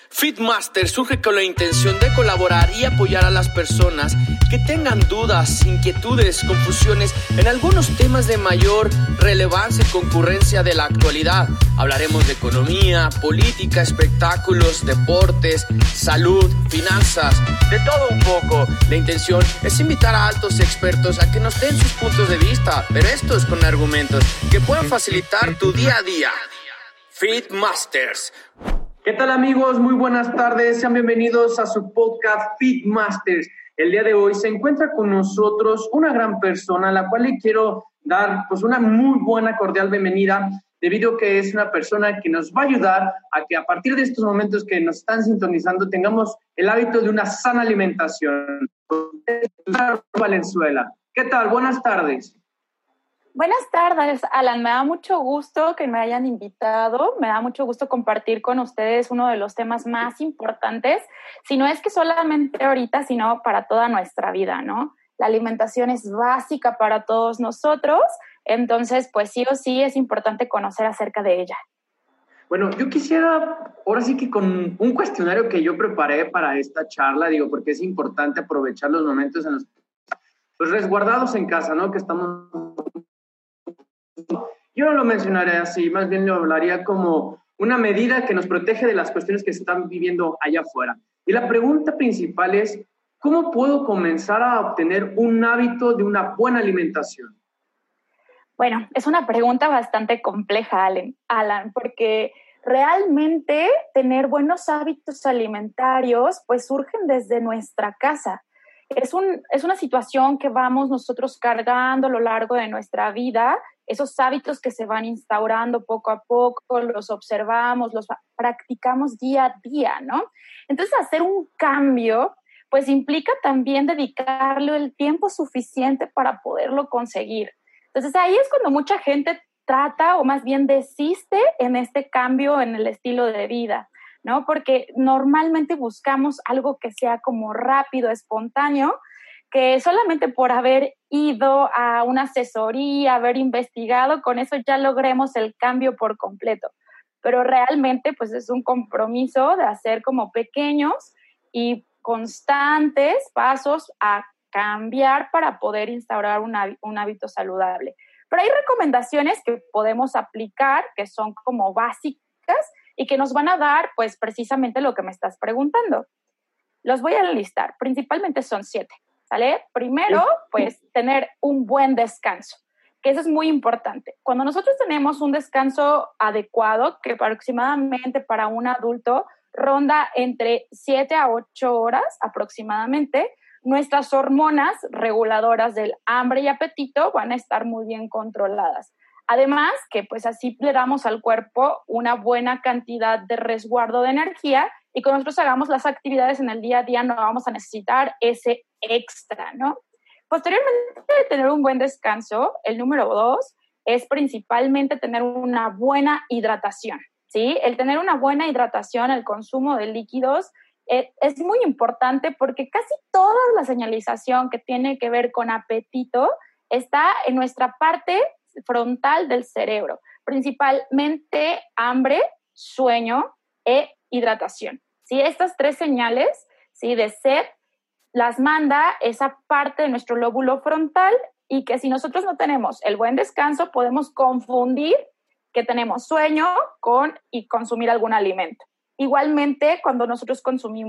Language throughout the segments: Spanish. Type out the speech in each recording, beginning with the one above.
Feedmaster surge con la intención de colaborar y apoyar a las personas que tengan dudas, inquietudes, confusiones en algunos temas de mayor relevancia y concurrencia de la actualidad. Hablaremos de economía, política, espectáculos, deportes, salud, finanzas, de todo un poco. La intención es invitar a altos expertos a que nos den sus puntos de vista, pero estos con argumentos que puedan facilitar tu día a día. Feedmasters. ¿Qué tal, amigos? Muy buenas tardes. Sean bienvenidos a su podcast Feedmasters. El día de hoy se encuentra con nosotros una gran persona a la cual le quiero dar una muy buena, cordial bienvenida, debido a que es una persona que nos va a ayudar a que a partir de estos momentos que nos están sintonizando tengamos el hábito de una sana alimentación. Valenzuela. ¿Qué tal? Buenas tardes. Buenas tardes, Alan. Me da mucho gusto que me hayan invitado. Me da mucho gusto compartir con ustedes uno de los temas más importantes, si no es que solamente ahorita, sino para toda nuestra vida, ¿no? La alimentación es básica para todos nosotros, entonces, pues sí o sí es importante conocer acerca de ella. Bueno, yo quisiera, ahora sí que con un cuestionario que yo preparé para esta charla, porque es importante aprovechar los momentos en los resguardados en casa, ¿no? Que estamos... Yo no lo mencionaré así, más bien lo hablaría como una medida que nos protege de las cuestiones que se están viviendo allá afuera. Y la pregunta principal es, ¿cómo puedo comenzar a obtener un hábito de una buena alimentación? Bueno, es una pregunta bastante compleja, Alan, porque realmente tener buenos hábitos alimentarios pues surgen desde nuestra casa. Es una situación que vamos nosotros cargando a lo largo de nuestra vida. Esos hábitos que se van instaurando poco a poco, los observamos, los practicamos día a día, ¿no? Entonces, hacer un cambio, pues implica también dedicarle el tiempo suficiente para poderlo conseguir. Entonces, ahí es cuando mucha gente trata o más bien desiste en este cambio en el estilo de vida, ¿no? Porque normalmente buscamos algo que sea como rápido, espontáneo, que solamente por haber ido a una asesoría, haber investigado, con eso ya logremos el cambio por completo. Pero realmente, pues es un compromiso de hacer como pequeños y constantes pasos a cambiar para poder instaurar un hábito saludable. Pero hay recomendaciones que podemos aplicar que son como básicas y que nos van a dar, pues, precisamente lo que me estás preguntando. Los voy a listar. Principalmente son 7. ¿Sale? Primero, pues, tener un buen descanso, que eso es muy importante. Cuando nosotros tenemos un descanso adecuado, que aproximadamente para un adulto ronda entre 7 a 8 horas aproximadamente, nuestras hormonas reguladoras del hambre y apetito van a estar muy bien controladas. Además, que pues así le damos al cuerpo una buena cantidad de resguardo de energía y cuando nosotros hagamos las actividades en el día a día no vamos a necesitar ese extra, ¿no? Posteriormente de tener un buen descanso, el número 2 es principalmente tener una buena hidratación, ¿sí? El tener una buena hidratación, el consumo de líquidos es muy importante porque casi toda la señalización que tiene que ver con apetito está en nuestra parte frontal del cerebro, principalmente hambre, sueño e hidratación. ¿Sí? Estas 3 señales, ¿sí?, de sed las manda esa parte de nuestro lóbulo frontal y que si nosotros no tenemos el buen descanso podemos confundir que tenemos sueño y consumir algún alimento. Igualmente, cuando nosotros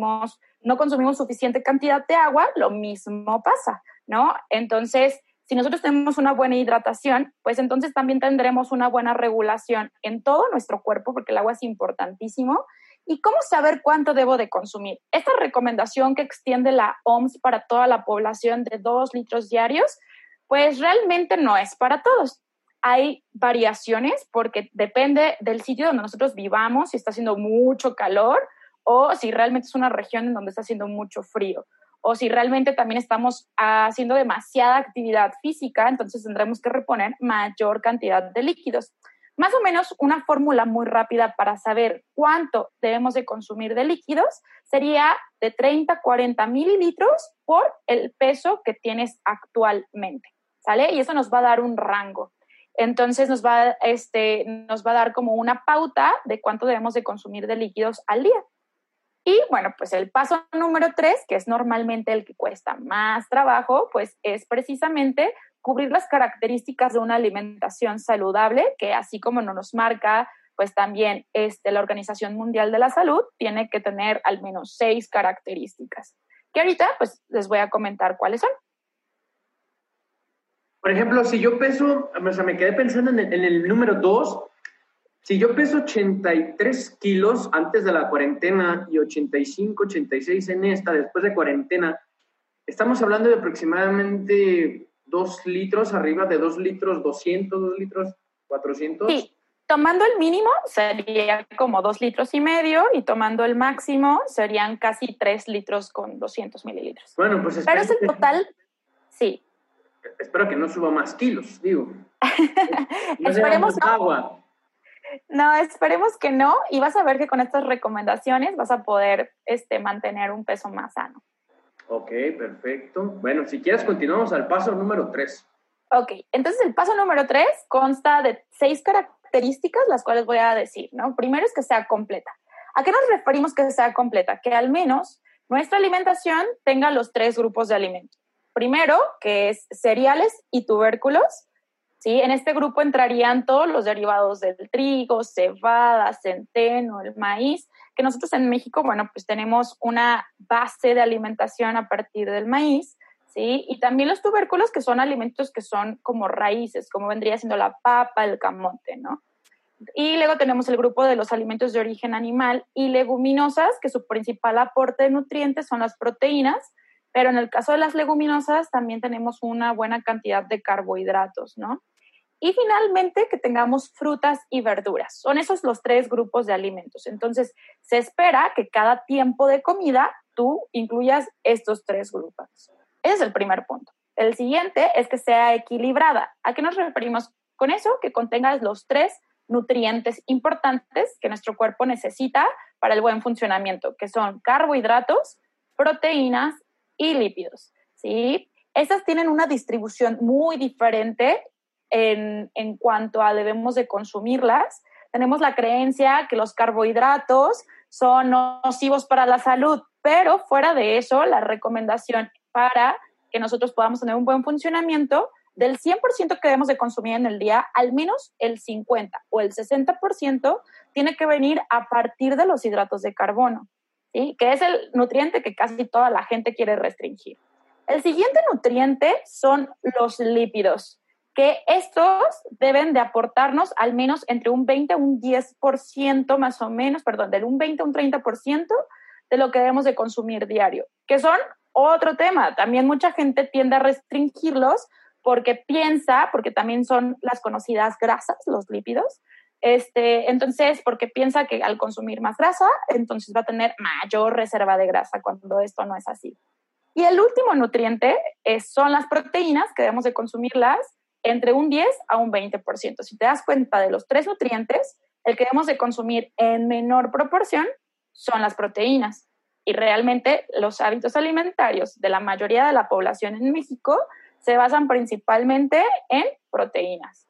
no consumimos suficiente cantidad de agua, lo mismo pasa, ¿no? Entonces, si nosotros tenemos una buena hidratación, pues entonces también tendremos una buena regulación en todo nuestro cuerpo, porque el agua es importantísimo. ¿Y cómo saber cuánto debo de consumir? Esta recomendación que extiende la OMS para toda la población de 2 litros diarios, pues realmente no es para todos. Hay variaciones porque depende del sitio donde nosotros vivamos, si está haciendo mucho calor o si realmente es una región en donde está haciendo mucho frío. O si realmente también estamos haciendo demasiada actividad física, entonces tendremos que reponer mayor cantidad de líquidos. Más o menos una fórmula muy rápida para saber cuánto debemos de consumir de líquidos sería de 30 a 40 mililitros por el peso que tienes actualmente, ¿sale? Y eso nos va a dar un rango. Entonces nos va a dar como una pauta de cuánto debemos de consumir de líquidos al día. Y bueno, pues el paso número 3, que es normalmente el que cuesta más trabajo, pues es precisamente cubrir las características de una alimentación saludable, que así como nos marca pues también la Organización Mundial de la Salud, tiene que tener al menos 6 características, que ahorita pues les voy a comentar cuáles son. Por ejemplo, si yo peso, o sea, me quedé pensando en el número 2, si yo peso 83 kilos antes de la cuarentena y 85, 86 en esta, después de cuarentena, estamos hablando de aproximadamente 2 litros, arriba de 2 litros, 200, 2 litros, 400. Sí, tomando el mínimo sería como 2,5 litros y tomando el máximo serían casi 3 litros con 200 mililitros. Bueno, pues pero es el total, sí. Espero que no suba más kilos, digo. No Esperemos no. Agua. No, esperemos que no, y vas a ver que con estas recomendaciones vas a poder mantener un peso más sano. Ok, perfecto. Bueno, si quieres continuamos al paso número 3. Ok, entonces el paso número 3 consta de 6 características, las cuales voy a decir, ¿no? Primero es que sea completa. ¿A qué nos referimos que sea completa? Que al menos nuestra alimentación tenga los 3 grupos de alimentos. Primero, que es cereales y tubérculos, ¿sí? En este grupo entrarían todos los derivados del trigo, cebada, centeno, el maíz, que nosotros en México, bueno, pues tenemos una base de alimentación a partir del maíz, ¿sí? Y también los tubérculos, que son alimentos que son como raíces, como vendría siendo la papa, el camote, ¿no? Y luego tenemos el grupo de los alimentos de origen animal y leguminosas, que su principal aporte de nutrientes son las proteínas, pero en el caso de las leguminosas también tenemos una buena cantidad de carbohidratos, ¿no? Y finalmente que tengamos frutas y verduras. Son esos los 3 grupos de alimentos. Entonces, se espera que cada tiempo de comida tú incluyas estos 3 grupos. Ese es el primer punto. El siguiente es que sea equilibrada. ¿A qué nos referimos con eso? Que contenga los 3 nutrientes importantes que nuestro cuerpo necesita para el buen funcionamiento, que son carbohidratos, proteínas y lípidos, ¿sí? Estas tienen una distribución muy diferente en cuanto a debemos de consumirlas. Tenemos la creencia que los carbohidratos son nocivos para la salud, pero fuera de eso, la recomendación para que nosotros podamos tener un buen funcionamiento, del 100% que debemos de consumir en el día, al menos el 50 o el 60% tiene que venir a partir de los hidratos de carbono, ¿sí? Que es el nutriente que casi toda la gente quiere restringir. El siguiente nutriente son los lípidos, que estos deben de aportarnos al menos entre un 20 a un 10% más o menos, del un 20 a un 30% de lo que debemos de consumir diario, que son otro tema. También mucha gente tiende a restringirlos porque también son las conocidas grasas, los lípidos, entonces, porque piensa que al consumir más grasa, entonces va a tener mayor reserva de grasa, cuando esto no es así. Y el último nutriente son las proteínas, que debemos de consumirlas entre un 10 a un 20%. Si te das cuenta de los 3 nutrientes, el que debemos de consumir en menor proporción son las proteínas. Y realmente los hábitos alimentarios de la mayoría de la población en México se basan principalmente en proteínas.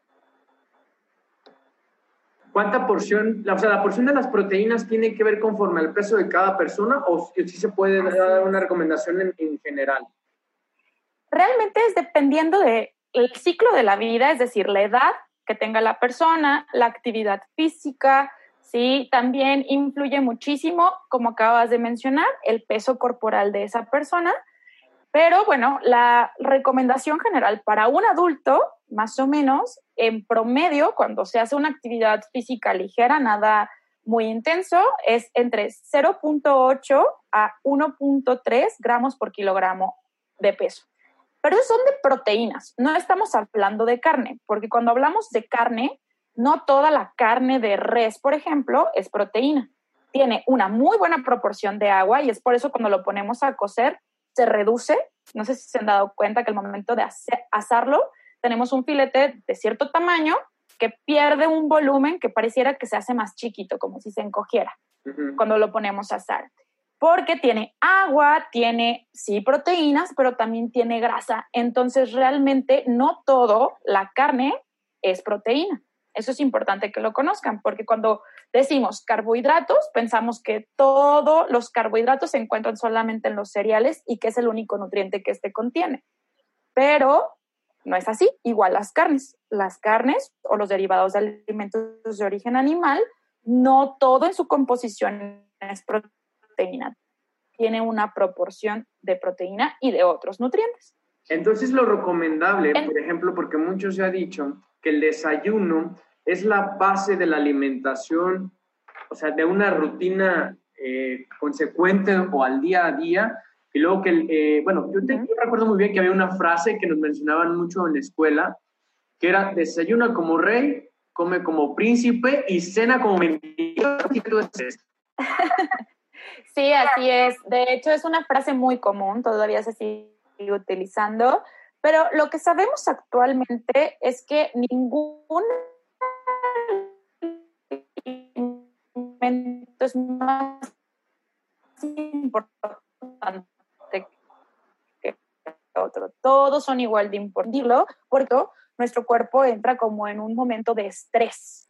¿Cuánta porción, o sea, la porción de las proteínas tiene que ver conforme al peso de cada persona o si se puede dar una recomendación en general? Realmente es dependiendo del ciclo de la vida, es decir, la edad que tenga la persona, la actividad física, ¿sí? También influye muchísimo, como acabas de mencionar, el peso corporal de esa persona. Pero bueno, la recomendación general para un adulto, más o menos, en promedio, cuando se hace una actividad física ligera, nada muy intenso, es entre 0.8 a 1.3 gramos por kilogramo de peso. Pero esos son de proteínas, no estamos hablando de carne, porque cuando hablamos de carne, no toda la carne de res, por ejemplo, es proteína. Tiene una muy buena proporción de agua y es por eso cuando lo ponemos a cocer, se reduce. No sé si se han dado cuenta que al momento de asarlo tenemos un filete de cierto tamaño que pierde un volumen que pareciera que se hace más chiquito, como si se encogiera cuando lo ponemos a asar. Porque tiene agua, tiene sí proteínas, pero también tiene grasa. Entonces realmente no todo la carne es proteína. Eso es importante que lo conozcan, porque cuando decimos carbohidratos, pensamos que todos los carbohidratos se encuentran solamente en los cereales y que es el único nutriente que este contiene. Pero no es así. Igual las carnes o los derivados de alimentos de origen animal, no todo en su composición es proteína. Tiene una proporción de proteína y de otros nutrientes. Entonces, lo recomendable, por ejemplo, porque mucho se ha dicho que el desayuno es la base de la alimentación, o sea, de una rutina consecuente o al día a día. Y luego que, yo recuerdo muy bien que había una frase que nos mencionaban mucho en la escuela, que era: desayuna como rey, come como príncipe y cena como mendigo. Sí, así es. De hecho, es una frase muy común, todavía se sigue utilizando, pero lo que sabemos actualmente es que ningún alimento es más importante que otro. Todos son igual de importantes, porque nuestro cuerpo entra como en un momento de estrés.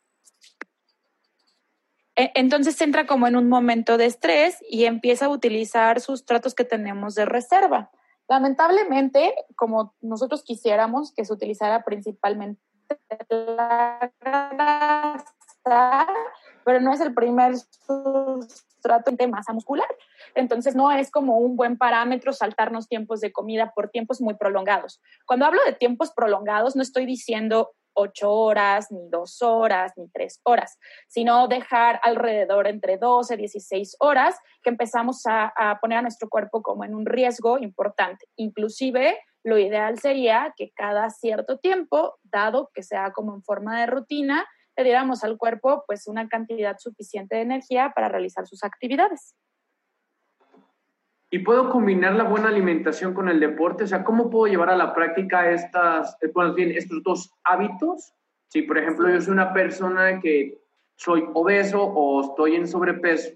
Entonces entra como en un momento de estrés y empieza a utilizar sustratos que tenemos de reserva. Lamentablemente, como nosotros quisiéramos que se utilizara principalmente la grasa, pero no es el primer sustrato de masa muscular. Entonces no es como un buen parámetro saltarnos tiempos de comida por tiempos muy prolongados. Cuando hablo de tiempos prolongados, no estoy diciendo 8 horas, ni 2 horas, ni 3 horas, sino dejar alrededor entre 12 y 16 horas que empezamos a poner a nuestro cuerpo como en un riesgo importante. Inclusive, lo ideal sería que cada cierto tiempo, dado que sea como en forma de rutina, le diéramos al cuerpo pues una cantidad suficiente de energía para realizar sus actividades. ¿Y puedo combinar la buena alimentación con el deporte? O sea, ¿cómo puedo llevar a la práctica estos dos hábitos? Si, por ejemplo, yo soy una persona que soy obeso o estoy en sobrepeso.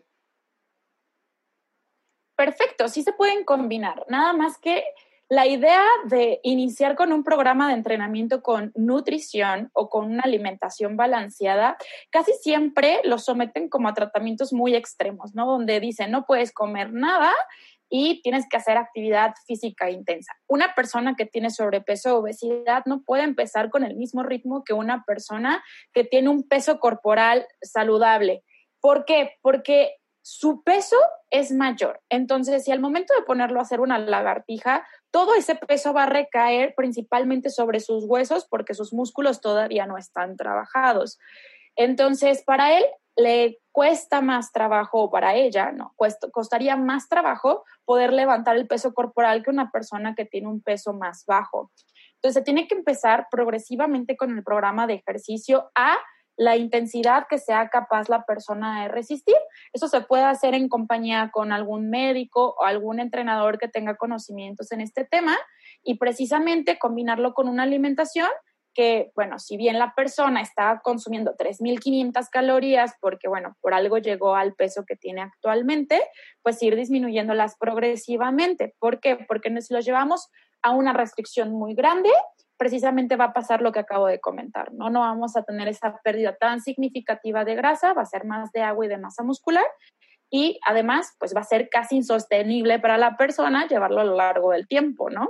Perfecto, sí se pueden combinar. Nada más que la idea de iniciar con un programa de entrenamiento con nutrición o con una alimentación balanceada, casi siempre lo someten como a tratamientos muy extremos, ¿no? Donde dicen, no puedes comer nada y tienes que hacer actividad física intensa. Una persona que tiene sobrepeso o obesidad no puede empezar con el mismo ritmo que una persona que tiene un peso corporal saludable. ¿Por qué? Porque su peso es mayor. Entonces, si al momento de ponerlo a hacer una lagartija, todo ese peso va a recaer principalmente sobre sus huesos porque sus músculos todavía no están trabajados. Entonces, para él le cuesta más trabajo, o para ella, no, costaría más trabajo poder levantar el peso corporal que una persona que tiene un peso más bajo. Entonces, se tiene que empezar progresivamente con el programa de ejercicio a la intensidad que sea capaz la persona de resistir. Eso se puede hacer en compañía con algún médico o algún entrenador que tenga conocimientos en este tema y precisamente combinarlo con una alimentación que, bueno, si bien la persona está consumiendo 3.500 calorías porque, bueno, por algo llegó al peso que tiene actualmente, pues ir disminuyéndolas progresivamente. ¿Por qué? Porque si los llevamos a una restricción muy grande, precisamente va a pasar lo que acabo de comentar, ¿no? No vamos a tener esa pérdida tan significativa de grasa, va a ser más de agua y de masa muscular y además, pues va a ser casi insostenible para la persona llevarlo a lo largo del tiempo, ¿no?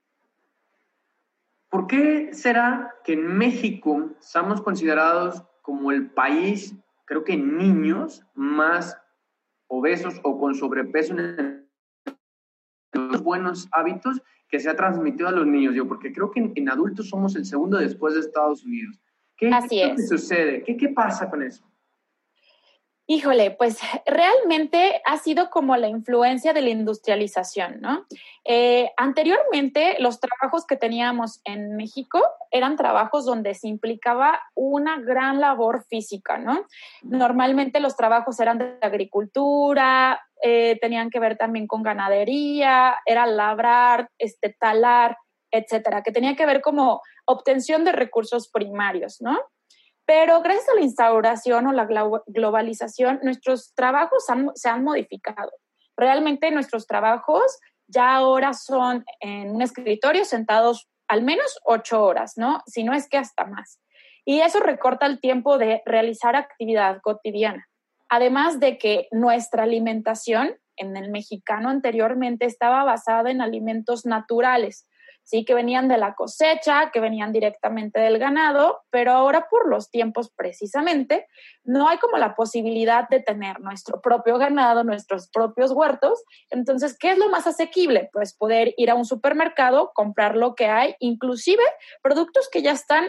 ¿Por qué será que en México estamos considerados como el país, creo que en niños, más obesos o con sobrepeso en los buenos hábitos que se ha transmitido a los niños? Porque creo que en adultos somos el segundo después de Estados Unidos. ¿Qué sucede? ¿Qué pasa con eso? Híjole, pues realmente ha sido como la influencia de la industrialización, ¿no? Anteriormente, los trabajos que teníamos en México eran trabajos donde se implicaba una gran labor física, ¿no? Normalmente los trabajos eran de agricultura, tenían que ver también con ganadería, era labrar, talar, etcétera, que tenía que ver como obtención de recursos primarios, ¿no? Pero gracias a la instauración o la globalización, nuestros trabajos se han modificado. Realmente nuestros trabajos ya ahora son en un escritorio sentados al menos 8 horas, ¿no? Si no es que hasta más. y eso recorta el tiempo de realizar actividad cotidiana. Además de que nuestra alimentación en el mexicano anteriormente estaba basada en alimentos naturales, ¿sí? Que venían de la cosecha, que venían directamente del ganado, pero ahora por los tiempos precisamente no hay como la posibilidad de tener nuestro propio ganado, nuestros propios huertos. Entonces, ¿qué es lo más asequible? Pues poder ir a un supermercado, comprar lo que hay, inclusive productos que ya están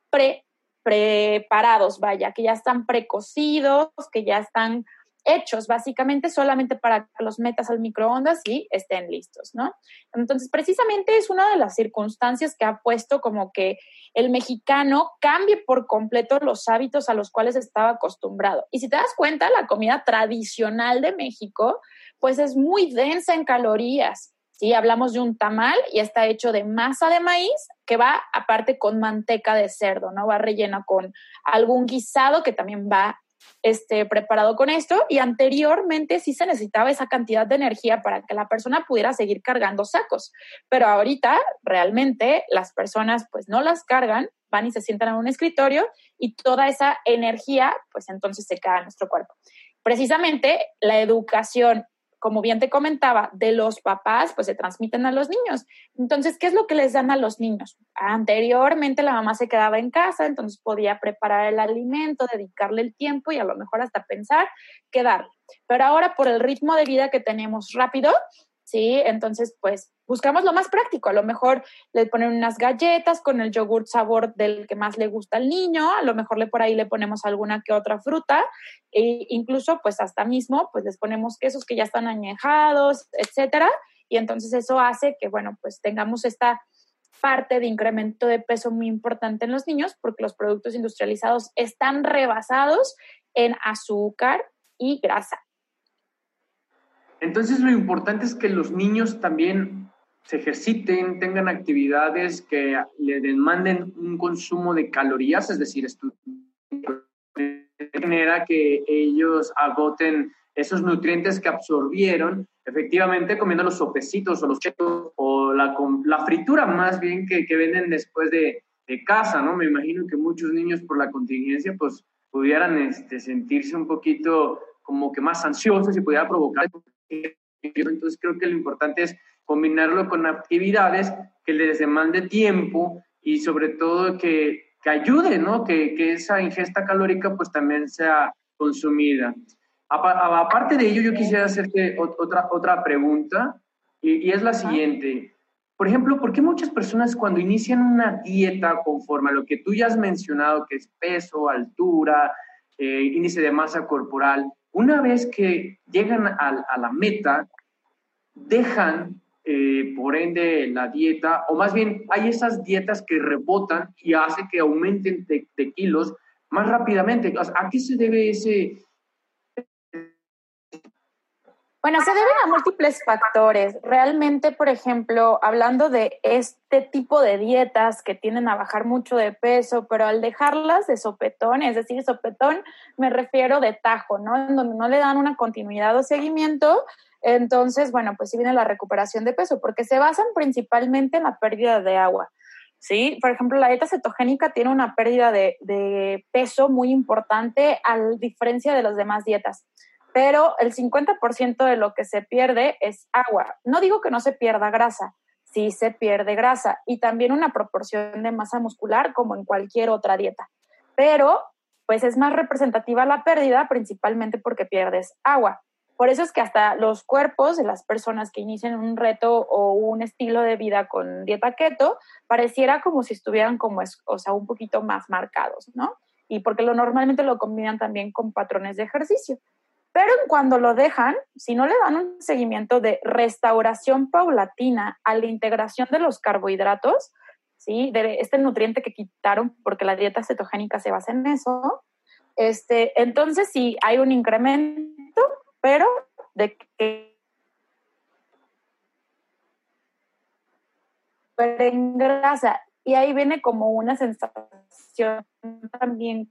preparados, vaya, que ya están precocidos, que ya están hechos básicamente solamente para que los metas al microondas y estén listos, ¿no? Entonces, precisamente es una de las circunstancias que ha puesto como que el mexicano cambie por completo los hábitos a los cuales estaba acostumbrado. Y si te das cuenta, la comida tradicional de México, pues es muy densa en calorías, ¿sí? Hablamos de un tamal y está hecho de masa de maíz que va aparte con manteca de cerdo, ¿no? Va rellena con algún guisado que también va preparado con esto, y anteriormente sí se necesitaba esa cantidad de energía para que la persona pudiera seguir cargando sacos, pero ahorita realmente las personas pues no las cargan, van y se sientan en un escritorio y toda esa energía pues entonces se queda en nuestro cuerpo. Precisamente la educación, como bien te comentaba, de los papás, pues se transmiten a los niños. Entonces, ¿qué es lo que les dan a los niños? Anteriormente la mamá se quedaba en casa, entonces podía preparar el alimento, dedicarle el tiempo y a lo mejor hasta pensar qué darle. Pero ahora por el ritmo de vida que tenemos rápido, ¿sí? Entonces, pues buscamos lo más práctico. A lo mejor le ponen unas galletas con el yogurt sabor del que más le gusta al niño, a lo mejor por ahí le ponemos alguna que otra fruta, e incluso pues hasta mismo pues les ponemos quesos que ya están añejados, etcétera, y entonces eso hace que, bueno, pues tengamos esta parte de incremento de peso muy importante en los niños porque los productos industrializados están rebasados en azúcar y grasa. Entonces, lo importante es que los niños también se ejerciten, tengan actividades que le demanden un consumo de calorías, es decir, de manera que ellos agoten esos nutrientes que absorbieron, efectivamente comiendo los sopecitos o los chetos o la fritura más bien que venden después de casa, ¿no? Me imagino que muchos niños por la contingencia pues pudieran sentirse un poquito como que más ansiosos y pudiera provocar. Entonces creo que lo importante es combinarlo con actividades que les demande tiempo y sobre todo que ayude, ¿no? Que esa ingesta calórica pues también sea consumida. Aparte de ello, yo quisiera hacerte otra pregunta y es la siguiente. Por ejemplo, ¿por qué muchas personas cuando inician una dieta conforme a lo que tú ya has mencionado, que es peso, altura, índice de masa corporal, una vez que llegan a la meta, dejan, por ende, la dieta, o más bien hay esas dietas que rebotan y hace que aumenten de kilos más rápidamente? ¿A qué se debe ese? Bueno, se deben a múltiples factores. Realmente, por ejemplo, hablando de este tipo de dietas que tienden a bajar mucho de peso, pero al dejarlas de sopetón, es decir, sopetón me refiero de tajo, ¿no? En donde no le dan una continuidad o seguimiento, entonces, bueno, pues sí viene la recuperación de peso, porque se basan principalmente en la pérdida de agua, ¿sí? Por ejemplo, la dieta cetogénica tiene una pérdida de peso muy importante a diferencia de las demás dietas. Pero el 50% de lo que se pierde es agua. No digo que no se pierda grasa, sí se pierde grasa y también una proporción de masa muscular como en cualquier otra dieta. Pero pues es más representativa la pérdida principalmente porque pierdes agua. Por eso es que hasta los cuerpos de las personas que inician un reto o un estilo de vida con dieta keto pareciera como si estuvieran como, o sea, un poquito más marcados, ¿no? Y porque normalmente lo combinan también con patrones de ejercicio. Pero cuando lo dejan, si no le dan un seguimiento de restauración paulatina a la integración de los carbohidratos, ¿sí? De este nutriente que quitaron, porque la dieta cetogénica se basa en eso, entonces sí hay un incremento, pero de que en grasa. Y ahí viene como una sensación también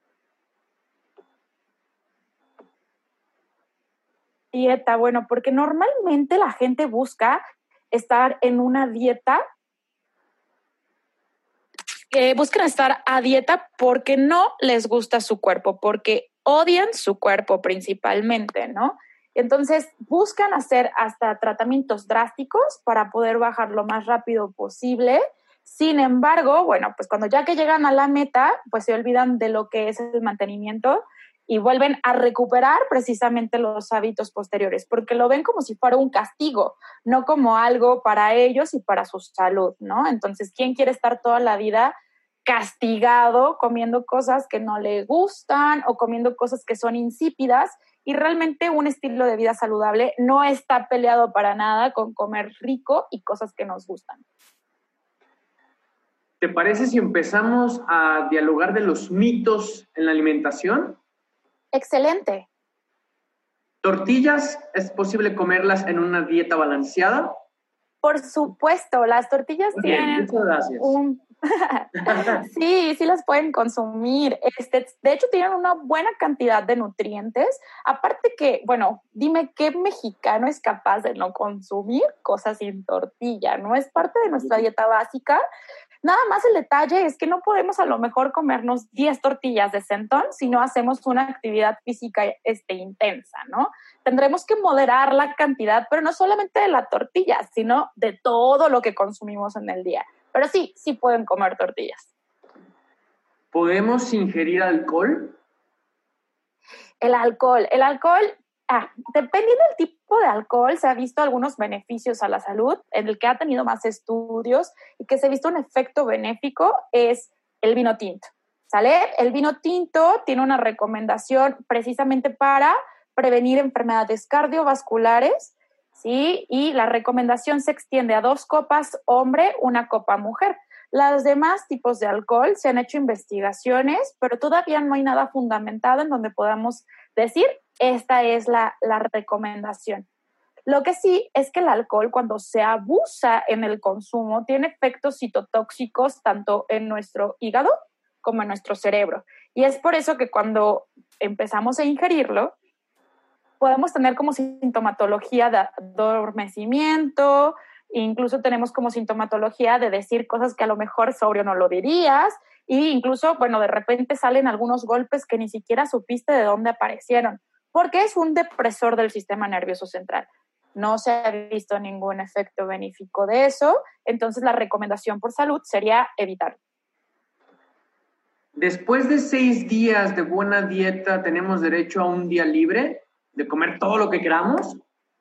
dieta, bueno, porque normalmente la gente busca estar en una dieta buscan estar a dieta porque no les gusta su cuerpo, porque odian su cuerpo principalmente, ¿no? Entonces buscan hacer hasta tratamientos drásticos para poder bajar lo más rápido posible. Sin embargo, bueno, pues cuando ya que llegan a la meta, pues se olvidan de lo que es el mantenimiento y vuelven a recuperar precisamente los hábitos posteriores, porque lo ven como si fuera un castigo, no como algo para ellos y para su salud, ¿no? Entonces, ¿quién quiere estar toda la vida castigado comiendo cosas que no le gustan o comiendo cosas que son insípidas? Y realmente un estilo de vida saludable no está peleado para nada con comer rico y cosas que nos gustan. ¿Te parece si empezamos a dialogar de los mitos en la alimentación? Excelente. ¿Tortillas es posible comerlas en una dieta balanceada? Por supuesto, las tortillas tienen un... Sí las pueden consumir. De hecho, tienen una buena cantidad de nutrientes. Aparte que, bueno, dime qué mexicano es capaz de no consumir cosas sin tortilla, ¿no? Es parte de nuestra dieta básica. Nada más el detalle es que no podemos a lo mejor comernos 10 tortillas de centón si no hacemos una actividad física intensa, ¿no? Tendremos que moderar la cantidad, pero no solamente de la tortilla, sino de todo lo que consumimos en el día. Pero sí pueden comer tortillas. ¿Podemos ingerir alcohol? El alcohol, dependiendo del tipo de alcohol, se ha visto algunos beneficios a la salud. En el que ha tenido más estudios y que se ha visto un efecto benéfico es el vino tinto, ¿sale? El vino tinto tiene una recomendación precisamente para prevenir enfermedades cardiovasculares, ¿sí? Y la recomendación se extiende a 2 copas hombre, 1 copa mujer. Los demás tipos de alcohol se han hecho investigaciones, pero todavía no hay nada fundamentado en donde podamos decir esta es la recomendación. Lo que sí es que el alcohol, cuando se abusa en el consumo, tiene efectos citotóxicos tanto en nuestro hígado como en nuestro cerebro. Y es por eso que cuando empezamos a ingerirlo, podemos tener como sintomatología de adormecimiento, incluso tenemos como sintomatología de decir cosas que a lo mejor sobrio no lo dirías, e incluso, bueno, de repente salen algunos golpes que ni siquiera supiste de dónde aparecieron, porque es un depresor del sistema nervioso central. No se ha visto ningún efecto benéfico de eso, entonces la recomendación por salud sería evitarlo. Después de 6 días de buena dieta, ¿tenemos derecho a un día libre de comer todo lo que queramos?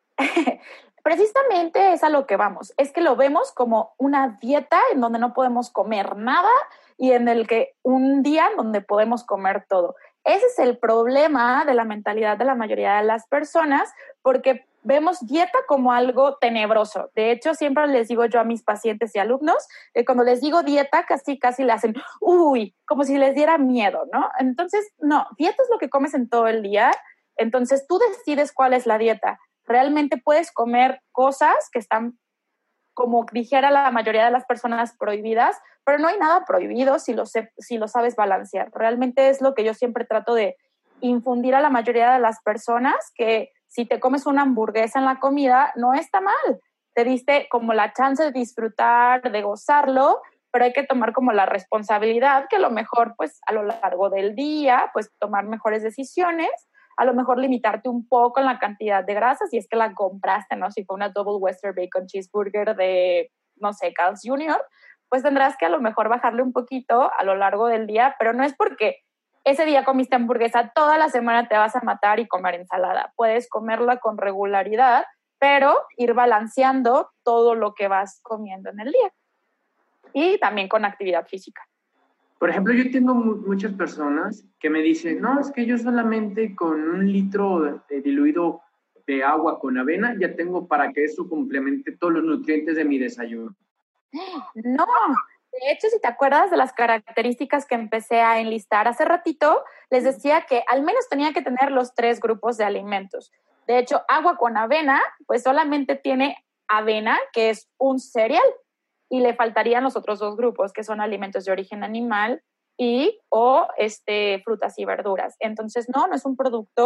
Precisamente es a lo que vamos. Es que lo vemos como una dieta en donde no podemos comer nada y en el que un día en donde podemos comer todo. Ese es el problema de la mentalidad de la mayoría de las personas, porque vemos dieta como algo tenebroso. De hecho, siempre les digo yo a mis pacientes y alumnos, cuando les digo dieta, casi le hacen, uy, como si les diera miedo, ¿no? Entonces, no, dieta es lo que comes en todo el día. Entonces, tú decides cuál es la dieta. Realmente puedes comer cosas que están, como dijera la mayoría de las personas, prohibidas, pero no hay nada prohibido si lo sabes balancear. Realmente es lo que yo siempre trato de infundir a la mayoría de las personas, que si te comes una hamburguesa en la comida, no está mal. Te diste como la chance de disfrutar, de gozarlo, pero hay que tomar como la responsabilidad que a lo mejor, pues, a lo largo del día, pues, tomar mejores decisiones, a lo mejor limitarte un poco en la cantidad de grasa, si es que la compraste, ¿no? Si fue una Double Western Bacon Cheeseburger de, no sé, Carl's Jr., pues tendrás que a lo mejor bajarle un poquito a lo largo del día, pero no es porque ese día comiste hamburguesa, toda la semana te vas a matar y comer ensalada. Puedes comerla con regularidad, pero ir balanceando todo lo que vas comiendo en el día. Y también con actividad física. Por ejemplo, yo tengo muchas personas que me dicen, no, es que yo solamente con 1 litro diluido de agua con avena ya tengo para que eso complemente todos los nutrientes de mi desayuno. No, de hecho, si te acuerdas de las características que empecé a enlistar hace ratito, les decía que al menos tenía que tener los 3 grupos de alimentos. De hecho, agua con avena, pues solamente tiene avena, que es un cereal, y le faltarían los otros 2 grupos, que son alimentos de origen animal o frutas y verduras. Entonces, no es un producto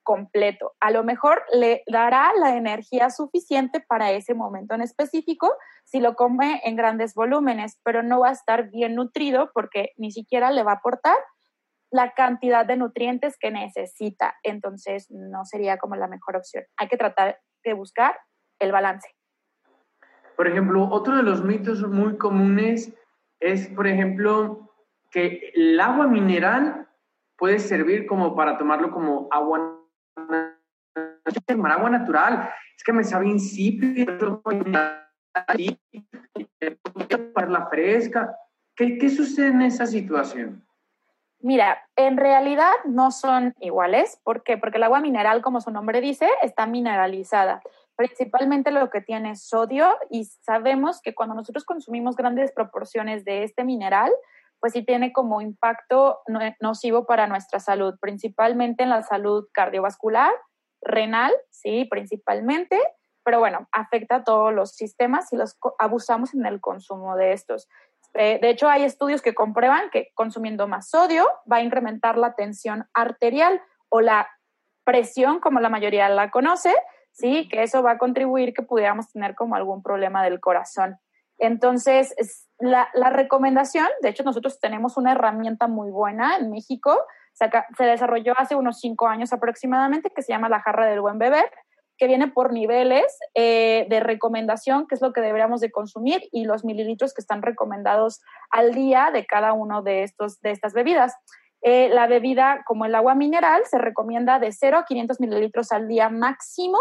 completo. A lo mejor le dará la energía suficiente para ese momento en específico si lo come en grandes volúmenes, pero no va a estar bien nutrido porque ni siquiera le va a aportar la cantidad de nutrientes que necesita. Entonces, no sería como la mejor opción. Hay que tratar de buscar el balance. Por ejemplo, otro de los mitos muy comunes es, por ejemplo, que el agua mineral puede servir como para tomarlo como agua natural. Es que me sabe insípido, para la fresca. ¿Qué sucede en esa situación? Mira, en realidad no son iguales. ¿Por qué? Porque el agua mineral, como su nombre dice, está mineralizada. Principalmente lo que tiene es sodio, y sabemos que cuando nosotros consumimos grandes proporciones de este mineral, pues sí tiene como impacto nocivo para nuestra salud, principalmente en la salud cardiovascular, renal, sí, principalmente, pero bueno, afecta a todos los sistemas si los abusamos en el consumo de estos. De hecho, hay estudios que comprueban que consumiendo más sodio va a incrementar la tensión arterial o la presión, como la mayoría la conoce, ¿sí? Que eso va a contribuir que pudiéramos tener como algún problema del corazón. Entonces, la recomendación, de hecho, nosotros tenemos una herramienta muy buena en México, se desarrolló hace unos 5 años aproximadamente, que se llama la jarra del buen beber, que viene por niveles de recomendación, que es lo que deberíamos de consumir, y los mililitros que están recomendados al día de cada uno de estas bebidas. La bebida, como el agua mineral, se recomienda de 0 a 500 mililitros al día máximo,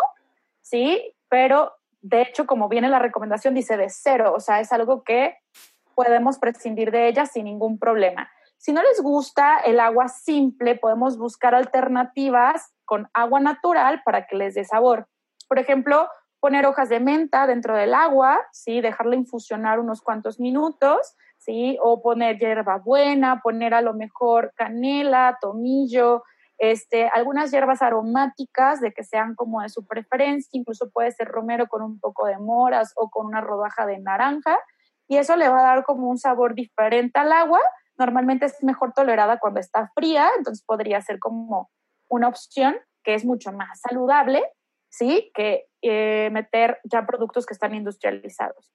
¿sí? Pero, de hecho, como viene la recomendación, dice de 0, o sea, es algo que podemos prescindir de ella sin ningún problema. Si no les gusta el agua simple, podemos buscar alternativas con agua natural para que les dé sabor. Por ejemplo, poner hojas de menta dentro del agua, ¿sí? Dejarla infusionar unos cuantos minutos, ¿sí? O poner hierbabuena, poner a lo mejor canela, tomillo, algunas hierbas aromáticas de que sean como de su preferencia, incluso puede ser romero con un poco de moras o con una rodaja de naranja, y eso le va a dar como un sabor diferente al agua. Normalmente es mejor tolerada cuando está fría, entonces podría ser como una opción que es mucho más saludable, ¿sí? Que meter ya productos que están industrializados.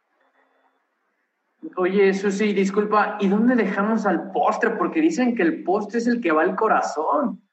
Oye, Susi, disculpa, ¿y dónde dejamos al postre? Porque dicen que el postre es el que va al corazón.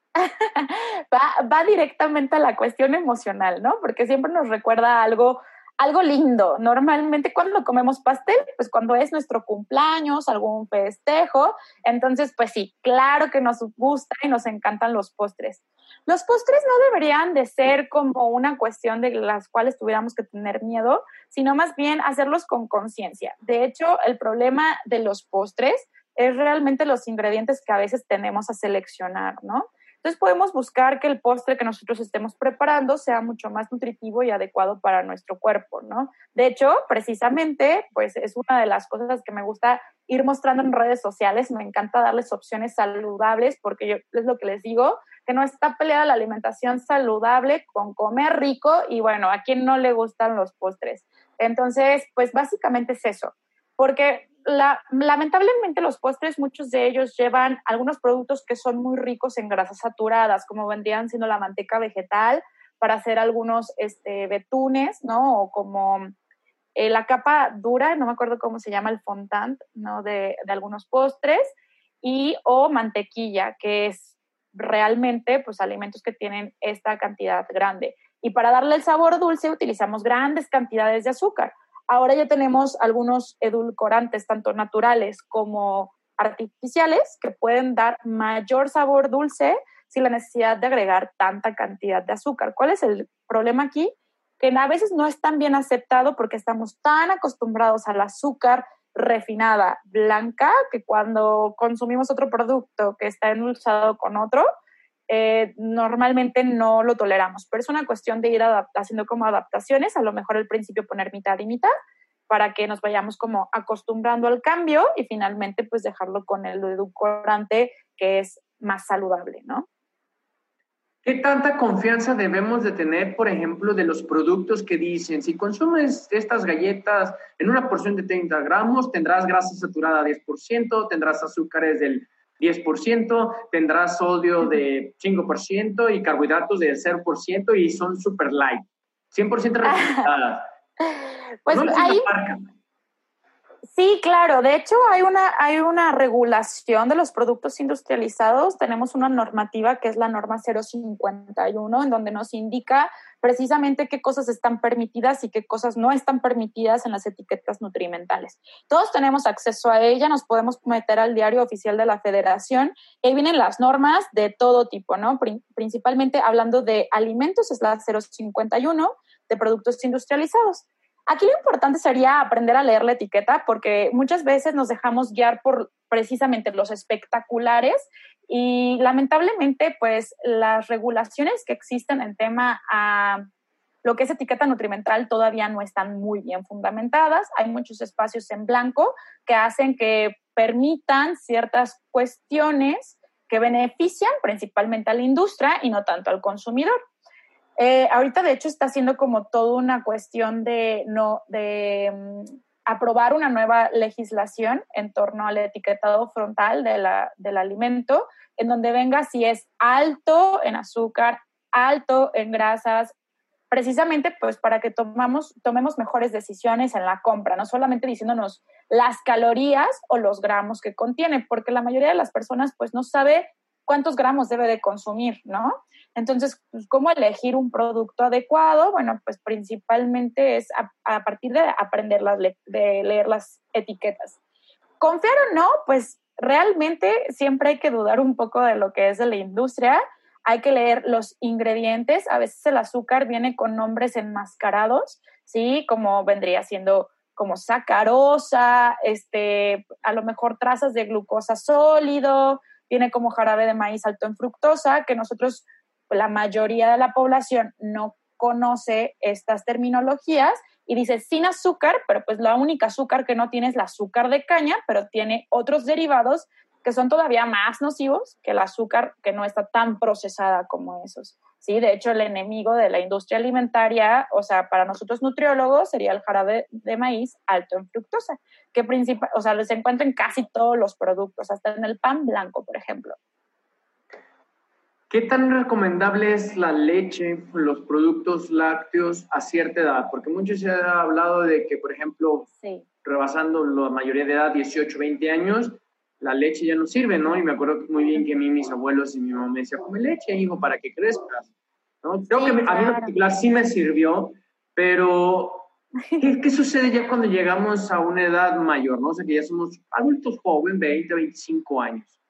Va directamente a la cuestión emocional, ¿no? Porque siempre nos recuerda algo lindo. Normalmente cuando comemos pastel, pues cuando es nuestro cumpleaños, algún festejo, entonces pues sí, claro que nos gusta y nos encantan los postres. Los postres no deberían de ser como una cuestión de las cuales tuviéramos que tener miedo, sino más bien hacerlos con conciencia. De hecho, el problema de los postres es realmente los ingredientes que a veces tenemos a seleccionar, ¿no? Entonces podemos buscar que el postre que nosotros estemos preparando sea mucho más nutritivo y adecuado para nuestro cuerpo, ¿no? De hecho, precisamente, pues es una de las cosas que me gusta ir mostrando en redes sociales. Me encanta darles opciones saludables porque yo es lo que les digo, que no está peleada la alimentación saludable con comer rico, y bueno, ¿a quién no le gustan los postres? Entonces, pues básicamente es eso, porque lamentablemente los postres, muchos de ellos llevan algunos productos que son muy ricos en grasas saturadas, como vendrían siendo la manteca vegetal para hacer algunos betunes, ¿no? O como la capa dura, no me acuerdo cómo se llama, el fondant, ¿no? De algunos postres, o mantequilla, que es realmente pues alimentos que tienen esta cantidad grande. Y para darle el sabor dulce utilizamos grandes cantidades de azúcar. Ahora ya tenemos algunos edulcorantes, tanto naturales como artificiales, que pueden dar mayor sabor dulce sin la necesidad de agregar tanta cantidad de azúcar. ¿Cuál es el problema aquí? Que a veces no es tan bien aceptado porque estamos tan acostumbrados al azúcar refinada blanca que cuando consumimos otro producto que está endulzado con otro, normalmente no lo toleramos, pero es una cuestión de ir haciendo como adaptaciones, a lo mejor al principio poner mitad y mitad, para que nos vayamos como acostumbrando al cambio y finalmente pues dejarlo con el edulcorante que es más saludable, ¿no? ¿Qué tanta confianza debemos de tener, por ejemplo, de los productos que dicen, si consumes estas galletas en una porción de 30 gramos, tendrás grasa saturada 10%, tendrás azúcares del 10%, tendrás sodio de 5% y carbohidratos de 0% y son super light, 100% recomendadas. Pues no les ahí... marca. Sí, claro. De hecho, hay una regulación de los productos industrializados. Tenemos una normativa que es la norma 051, en donde nos indica precisamente qué cosas están permitidas y qué cosas no están permitidas en las etiquetas nutrimentales. Todos tenemos acceso a ella, nos podemos meter al diario oficial de la Federación y ahí vienen las normas de todo tipo, ¿no? Principalmente hablando de alimentos, es la 051, de productos industrializados. Aquí lo importante sería aprender a leer la etiqueta porque muchas veces nos dejamos guiar por precisamente los espectaculares y lamentablemente pues las regulaciones que existen en tema a lo que es etiqueta nutrimental todavía no están muy bien fundamentadas. Hay muchos espacios en blanco que hacen que permitan ciertas cuestiones que benefician principalmente a la industria y no tanto al consumidor. Ahorita, de hecho, está siendo como toda una cuestión de aprobar una nueva legislación en torno al etiquetado frontal del alimento, en donde venga si es alto en azúcar, alto en grasas, precisamente pues para que tomemos mejores decisiones en la compra, no solamente diciéndonos las calorías o los gramos que contiene, porque la mayoría de las personas pues no sabe cuántos gramos debe de consumir, ¿no? Entonces, pues, ¿cómo elegir un producto adecuado? Bueno, pues principalmente es a partir de aprender de leer las etiquetas. Confiar o no, pues realmente siempre hay que dudar un poco de lo que es de la industria. Hay que leer los ingredientes. A veces el azúcar viene con nombres enmascarados, ¿sí? Como vendría siendo como sacarosa, a lo mejor trazas de glucosa sólido, viene como jarabe de maíz alto en fructosa, que nosotros, la mayoría de la población no conoce estas terminologías y dice sin azúcar, pero pues la única azúcar que no tiene es el azúcar de caña, pero tiene otros derivados que son todavía más nocivos que el azúcar que no está tan procesada como esos. Sí, de hecho, el enemigo de la industria alimentaria, o sea, para nosotros nutriólogos, sería el jarabe de maíz alto en fructosa, que se encuentra en casi todos los productos, hasta en el pan blanco, por ejemplo. ¿Qué tan recomendable es la leche, los productos lácteos a cierta edad? Porque mucho se ha hablado de que, por ejemplo, sí, rebasando la mayoría de edad, 18, 20 años, la leche ya no sirve, ¿no? Y me acuerdo muy bien que a mí mis abuelos y mi mamá me decían, come leche, hijo, para que crezcas, ¿no? Creo que a mí en particular sí me sirvió, pero ¿qué sucede ya cuando llegamos a una edad mayor, ¿no? O sea, que ya somos adultos jóvenes, 20, 25 años.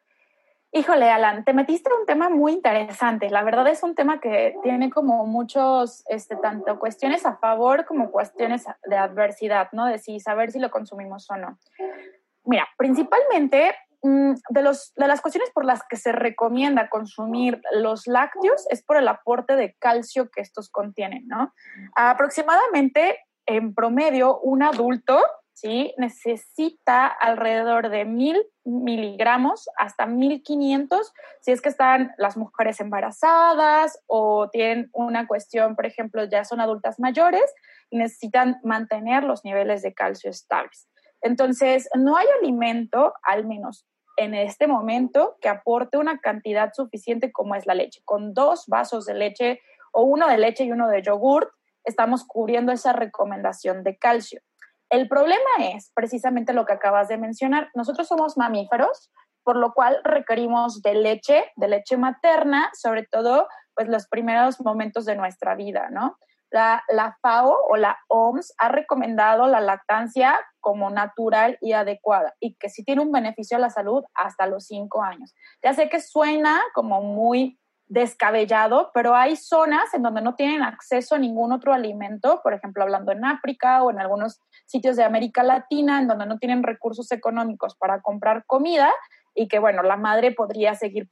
Híjole, Alan, te metiste en un tema muy interesante. La verdad es un tema que tiene como muchos, tanto cuestiones a favor como cuestiones de adversidad, ¿no? De saber si lo consumimos o no. Mira, principalmente de las cuestiones por las que se recomienda consumir los lácteos es por el aporte de calcio que estos contienen, ¿no? Aproximadamente, en promedio, un adulto, ¿sí?, necesita alrededor de 1,000 miligramos hasta 1,500 si es que están las mujeres embarazadas o tienen una cuestión, por ejemplo, ya son adultas mayores y necesitan mantener los niveles de calcio estables. Entonces, no hay alimento, al menos en este momento, que aporte una cantidad suficiente como es la leche. Con 2 vasos de leche o uno de leche y uno de yogurt, estamos cubriendo esa recomendación de calcio. El problema es precisamente lo que acabas de mencionar. Nosotros somos mamíferos, por lo cual requerimos de leche materna, sobre todo pues, los primeros momentos de nuestra vida, ¿no? La FAO o la OMS ha recomendado la lactancia como natural y adecuada y que sí tiene un beneficio a la salud hasta los 5 años. Ya sé que suena como muy descabellado, pero hay zonas en donde no tienen acceso a ningún otro alimento, por ejemplo, hablando en África o en algunos sitios de América Latina, en donde no tienen recursos económicos para comprar comida y que, bueno, la madre podría seguir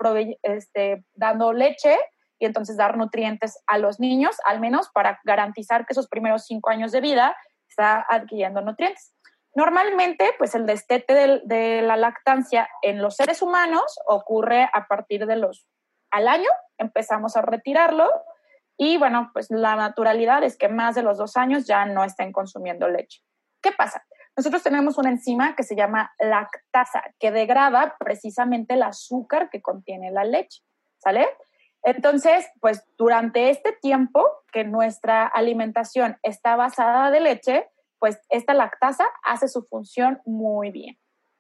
dando leche y entonces dar nutrientes a los niños, al menos para garantizar que esos primeros 5 años de vida está adquiriendo nutrientes. Normalmente, pues el destete de la lactancia en los seres humanos ocurre a partir al año, empezamos a retirarlo y bueno, pues la naturalidad es que más de los 2 años ya no estén consumiendo leche. ¿Qué pasa? nosotros tenemos una enzima que se llama lactasa, que degrada precisamente el azúcar que contiene la leche, ¿sale? Entonces, pues durante este tiempo que nuestra alimentación está basada de leche, pues esta lactasa hace su función muy bien.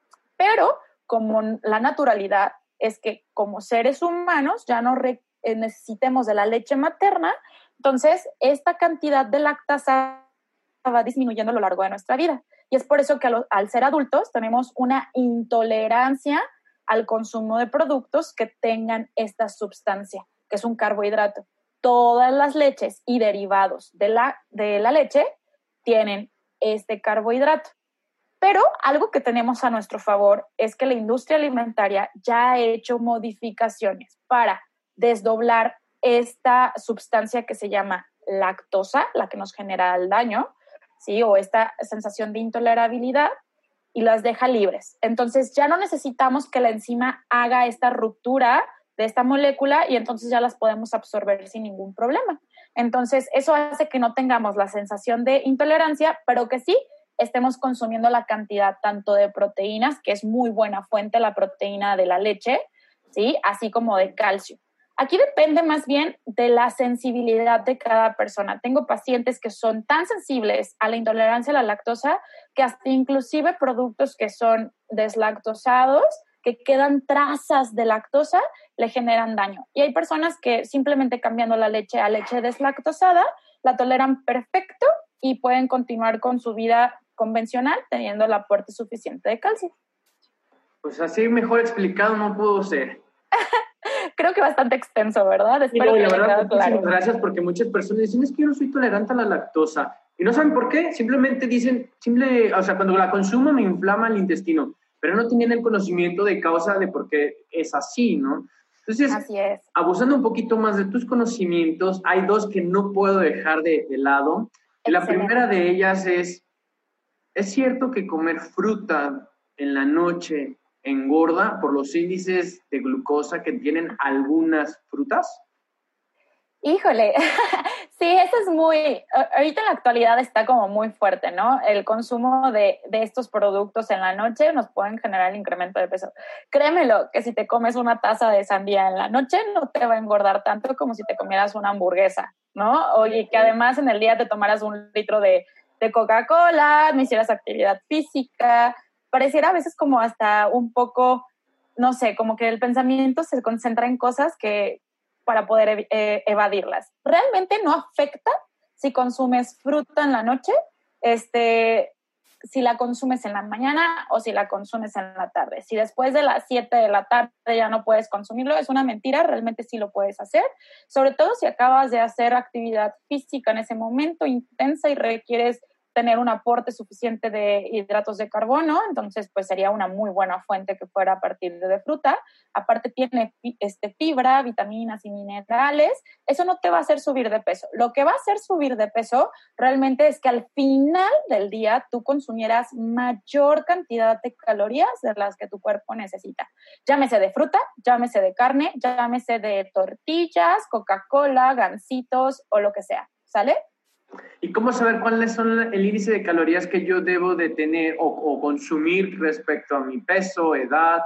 Pero como la naturalidad es que como seres humanos ya no necesitemos de la leche materna, entonces esta cantidad de lactasa va disminuyendo a lo largo de nuestra vida. Y es por eso que al ser adultos tenemos una intolerancia al consumo de productos que tengan esta sustancia, que es un carbohidrato. Todas las leches y derivados de la leche tienen este carbohidrato. Pero algo que tenemos a nuestro favor es que la industria alimentaria ya ha hecho modificaciones para desdoblar esta sustancia que se llama lactosa, la que nos genera el daño, ¿sí? O esta sensación de intolerabilidad, y las deja libres. Entonces ya no necesitamos que la enzima haga esta ruptura de esta molécula y entonces ya las podemos absorber sin ningún problema. Entonces eso hace que no tengamos la sensación de intolerancia, pero que sí estemos consumiendo la cantidad tanto de proteínas, que es muy buena fuente la proteína de la leche, ¿sí? Así como de calcio. Aquí depende más bien de la sensibilidad de cada persona. Tengo pacientes que son tan sensibles a la intolerancia a la lactosa que hasta inclusive productos que son deslactosados, que quedan trazas de lactosa, le generan daño. Y hay personas que simplemente cambiando la leche a leche deslactosada, la toleran perfecto y pueden continuar con su vida convencional teniendo el aporte suficiente de calcio. Pues así mejor explicado no pudo ser. Creo que bastante extenso, ¿verdad? Espero que la verdad, muchísimas gracias, porque muchas personas dicen, es que yo no soy tolerante a la lactosa. Y no saben por qué, simplemente dicen, o sea, cuando la consumo me inflama el intestino, pero no tienen el conocimiento de causa de por qué es así, ¿no? Entonces, así es. Abusando un poquito más de tus conocimientos, hay dos que no puedo dejar de lado. Y la primera de ellas ¿es cierto que comer fruta en la noche engorda por los índices de glucosa que tienen algunas frutas? Híjole, sí, eso es ahorita en la actualidad está como muy fuerte, ¿no? El consumo de estos productos en la noche nos pueden generar el incremento de peso. Créemelo, que si te comes una taza de sandía en la noche no te va a engordar tanto como si te comieras una hamburguesa, ¿no? Oye, que además en el día te tomaras 1 litro de Coca-Cola, no hicieras actividad física, pareciera a veces como hasta un poco, no sé, como que el pensamiento se concentra en cosas que para poder evadirlas. Realmente no afecta si consumes fruta en la noche, si la consumes en la mañana o si la consumes en la tarde. Si después de las 7 de la tarde ya no puedes consumirlo, es una mentira, realmente sí lo puedes hacer, sobre todo si acabas de hacer actividad física en ese momento intensa y requieres tener un aporte suficiente de hidratos de carbono, entonces pues sería una muy buena fuente que fuera a partir de fruta. Aparte tiene fibra, vitaminas y minerales. Eso no te va a hacer subir de peso. Lo que va a hacer subir de peso realmente es que al final del día tú consumieras mayor cantidad de calorías de las que tu cuerpo necesita. Llámese de fruta, llámese de carne, llámese de tortillas, Coca-Cola, gansitos o lo que sea. ¿Sale? ¿Y cómo saber cuáles son el índice de calorías que yo debo de tener o consumir respecto a mi peso, edad?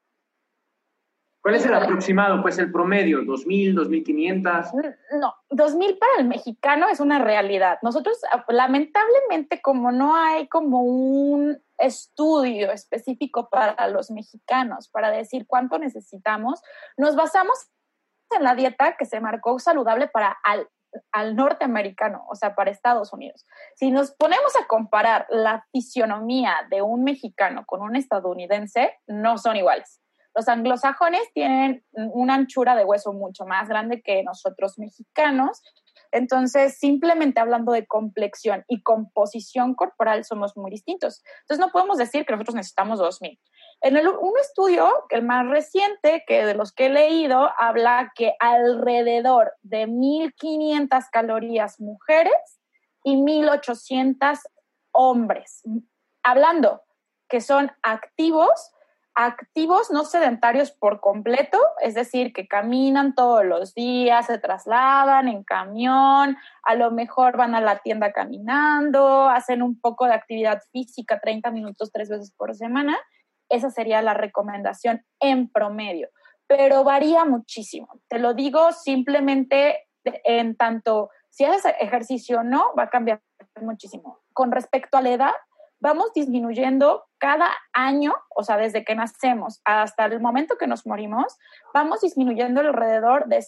¿Cuál es el aproximado? Pues el promedio, 2,000, 2,500. No, 2,000 para el mexicano es una realidad. Nosotros, lamentablemente, como no hay como un estudio específico para los mexicanos para decir cuánto necesitamos, nos basamos en la dieta que se marcó saludable para al norteamericano, o sea, para Estados Unidos. Si nos ponemos a comparar la fisionomía de un mexicano con un estadounidense, no son iguales. Los anglosajones tienen una anchura de hueso mucho más grande que nosotros mexicanos, entonces simplemente hablando de complexión y composición corporal somos muy distintos. Entonces no podemos decir que nosotros necesitamos 2,000. Un estudio, el más reciente, que de los que he leído, habla que alrededor de 1,500 calorías mujeres y 1,800 hombres. Hablando que son activos activos, no sedentarios por completo, es decir, que caminan todos los días, se trasladan en camión, a lo mejor van a la tienda caminando, hacen un poco de actividad física, 30 minutos 3 veces por semana. Esa sería la recomendación en promedio, pero varía muchísimo. Te lo digo simplemente en tanto si haces ejercicio o no, va a cambiar muchísimo. Con respecto a la edad, vamos disminuyendo cada año, o sea, desde que nacemos hasta el momento que nos morimos, vamos disminuyendo alrededor de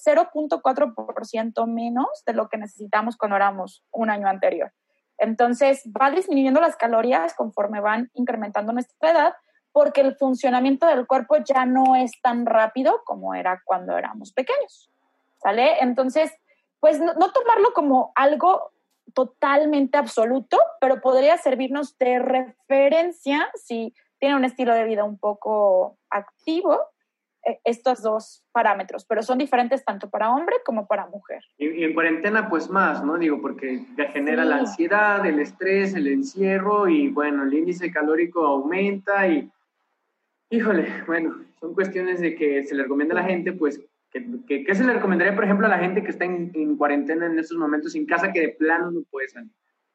0.4% menos de lo que necesitamos cuando éramos un año anterior. Entonces, va disminuyendo las calorías conforme van incrementando nuestra edad, porque el funcionamiento del cuerpo ya no es tan rápido como era cuando éramos pequeños, ¿sale? Entonces, pues no tomarlo como algo totalmente absoluto, pero podría servirnos de referencia si tiene un estilo de vida un poco activo, estos dos parámetros, pero son diferentes tanto para hombre como para mujer. Y en cuarentena, pues más, ¿no? Digo, porque ya genera la ansiedad, el estrés, el encierro y, bueno, el índice calórico aumenta y, híjole, bueno, son cuestiones de que se le recomienda a la gente, pues, ¿qué se le recomendaría, por ejemplo, a la gente que está en cuarentena en estos momentos sin casa, que de plano no puede salir?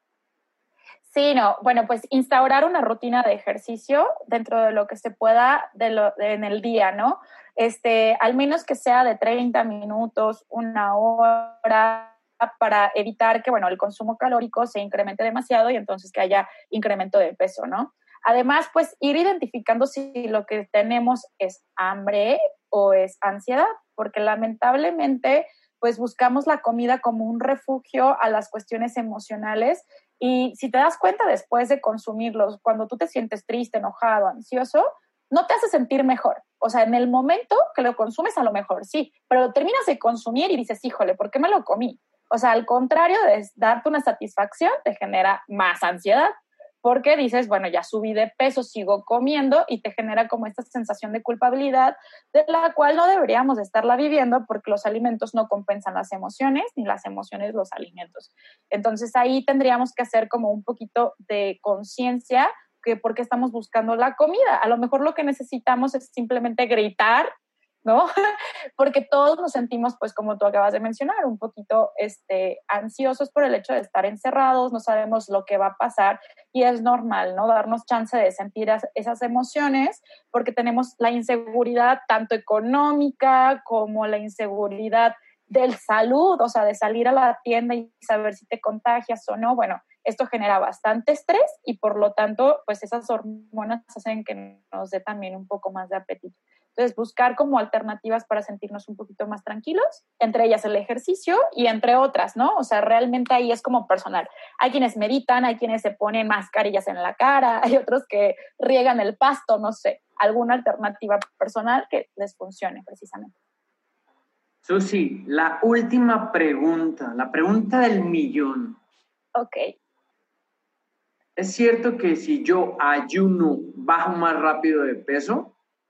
Sí, no, bueno, pues instaurar una rutina de ejercicio dentro de lo que se pueda en el día, ¿no? Al menos que sea de 30 minutos, una hora, para evitar que, bueno, el consumo calórico se incremente demasiado y entonces que haya incremento de peso, ¿no? Además, pues ir identificando si lo que tenemos es hambre o es ansiedad, porque lamentablemente, pues buscamos la comida como un refugio a las cuestiones emocionales. Y si te das cuenta después de consumirlos, cuando tú te sientes triste, enojado, ansioso, no te hace sentir mejor. O sea, en el momento que lo consumes a lo mejor sí, pero lo terminas de consumir y dices, híjole, ¿por qué me lo comí? O sea, al contrario de darte una satisfacción, te genera más ansiedad, porque dices, bueno, ya subí de peso, sigo comiendo, y te genera como esta sensación de culpabilidad de la cual no deberíamos de estarla viviendo, porque los alimentos no compensan las emociones, ni las emociones los alimentos. Entonces ahí tendríamos que hacer como un poquito de conciencia que por qué estamos buscando la comida. A lo mejor lo que necesitamos es simplemente gritar, ¿no? Porque todos nos sentimos, pues como tú acabas de mencionar, un poquito ansiosos por el hecho de estar encerrados, no sabemos lo que va a pasar y es normal, ¿no? Darnos chance de sentir esas emociones porque tenemos la inseguridad tanto económica como la inseguridad del salud, o sea, de salir a la tienda y saber si te contagias o no. Bueno, esto genera bastante estrés y por lo tanto, pues esas hormonas hacen que nos dé también un poco más de apetito. Entonces, buscar como alternativas para sentirnos un poquito más tranquilos, entre ellas el ejercicio y entre otras, ¿no? O sea, realmente ahí es como personal. Hay quienes meditan, hay quienes se ponen mascarillas en la cara, hay otros que riegan el pasto, no sé, alguna alternativa personal que les funcione precisamente. Susi, la última pregunta, la pregunta del millón. Ok. ¿Es cierto que si yo ayuno, bajo más rápido de peso?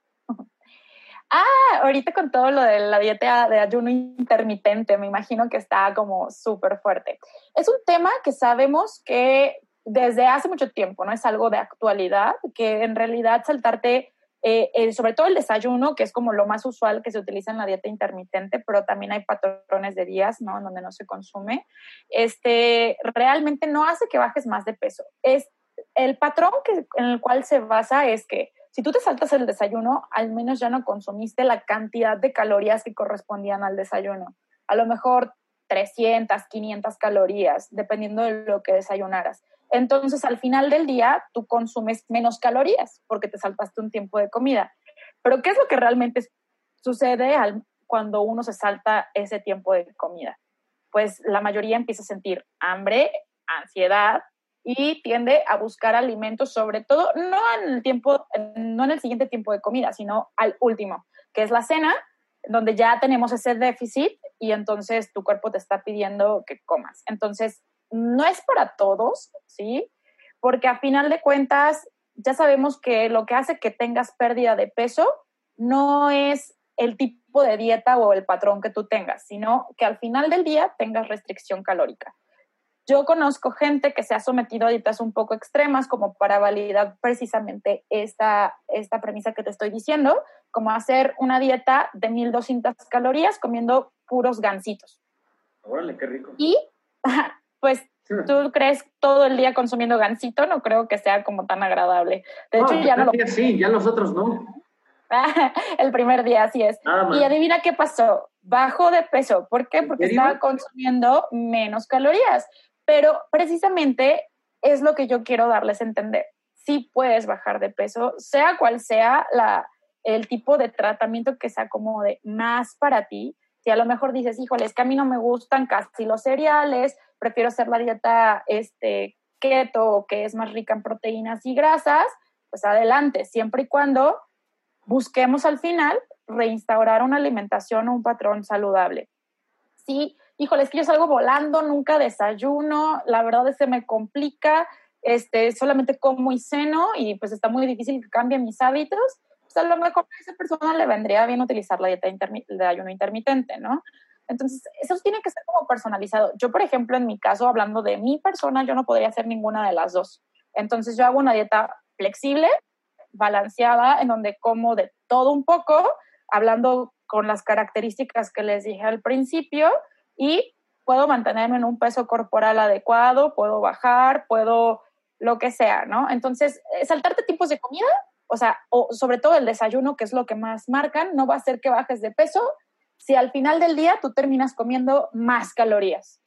Ahorita con todo lo de la dieta de ayuno intermitente, me imagino que está como súper fuerte. Es un tema que sabemos que desde hace mucho tiempo, ¿no? Es algo de actualidad, que en realidad saltarte, sobre todo el desayuno, que es como lo más usual que se utiliza en la dieta intermitente, pero también hay patrones de días, ¿no? En donde no se consume, realmente no hace que bajes más de peso. El patrón en el cual se basa es que si tú te saltas el desayuno, al menos ya no consumiste la cantidad de calorías que correspondían al desayuno. A lo mejor 300, 500 calorías, dependiendo de lo que desayunaras. Entonces, al final del día, tú consumes menos calorías porque te saltaste un tiempo de comida. Pero, ¿qué es lo que realmente sucede cuando uno se salta ese tiempo de comida? Pues la mayoría empieza a sentir hambre, ansiedad, y tiende a buscar alimentos, sobre todo, no en el siguiente tiempo de comida, sino al último, que es la cena, donde ya tenemos ese déficit y entonces tu cuerpo te está pidiendo que comas. Entonces, no es para todos, ¿sí? Porque a final de cuentas, ya sabemos que lo que hace que tengas pérdida de peso no es el tipo de dieta o el patrón que tú tengas, sino que al final del día tengas restricción calórica. Yo conozco gente que se ha sometido a dietas un poco extremas como para validar precisamente esta premisa que te estoy diciendo, como hacer una dieta de 1,200 calorías comiendo puros gansitos. Órale, qué rico. Y, pues, ¿tú crees todo el día consumiendo gansito? No creo que sea como tan agradable. De hecho, ya no lo... Sí, ya los otros no. El primer día, así es. Y adivina qué pasó. Bajó de peso. ¿Por qué? Porque estaba consumiendo menos calorías. Pero precisamente es lo que yo quiero darles a entender. Sí puedes bajar de peso, sea cual sea el tipo de tratamiento que se acomode más para ti. Si a lo mejor dices, híjole, es que a mí no me gustan casi los cereales, prefiero hacer la dieta keto, que es más rica en proteínas y grasas, pues adelante, siempre y cuando busquemos al final reinstaurar una alimentación o un patrón saludable. Sí, híjole, es que yo salgo volando, nunca desayuno, la verdad es que me complica, solamente como y ceno y pues está muy difícil que cambie mis hábitos. Pues a lo mejor a esa persona le vendría bien utilizar la dieta de ayuno intermitente, ¿no? Entonces, eso tiene que ser como personalizado. Yo, por ejemplo, en mi caso, hablando de mi persona, yo no podría hacer ninguna de las dos. Entonces, yo hago una dieta flexible, balanceada, en donde como de todo un poco, hablando con las características que les dije al principio, y puedo mantenerme en un peso corporal adecuado, puedo bajar, puedo lo que sea, ¿no? Entonces, saltarte tipos de comida, o sea, o sobre todo el desayuno, que es lo que más marcan, no va a hacer que bajes de peso si al final del día tú terminas comiendo más calorías.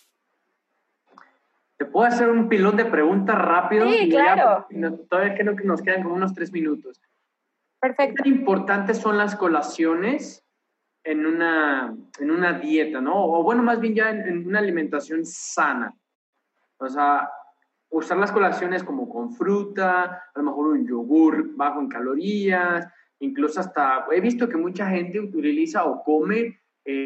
¿Te puedo hacer un pilón de preguntas rápido? Sí, claro. Todavía creo que nos quedan como unos 3 minutos. Perfecto. ¿Qué tan importantes son las colaciones en una dieta, ¿no? O bueno, más bien ya en una alimentación sana. O sea, usar las colaciones como con fruta, a lo mejor un yogur bajo en calorías, incluso hasta, he visto que mucha gente utiliza o come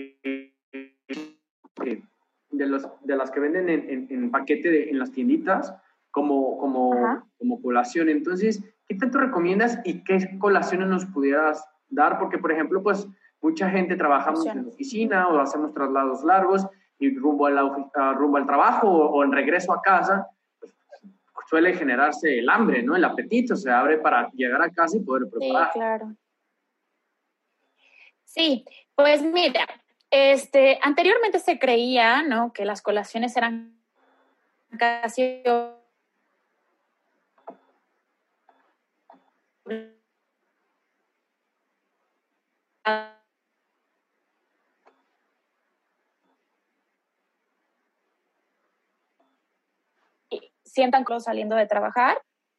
de las que venden en paquete en las tienditas como colación. Entonces, ¿qué tanto recomiendas y qué colaciones nos pudieras dar? Porque, por ejemplo, pues mucha gente trabajamos en la oficina o hacemos traslados largos y rumbo al trabajo o en regreso a casa, pues, suele generarse el hambre, ¿no? El apetito se abre para llegar a casa y poder preparar. Sí, claro. Sí, pues mira, anteriormente se creía, ¿no?, que las colaciones eran casi sientan cosas saliendo de trabajar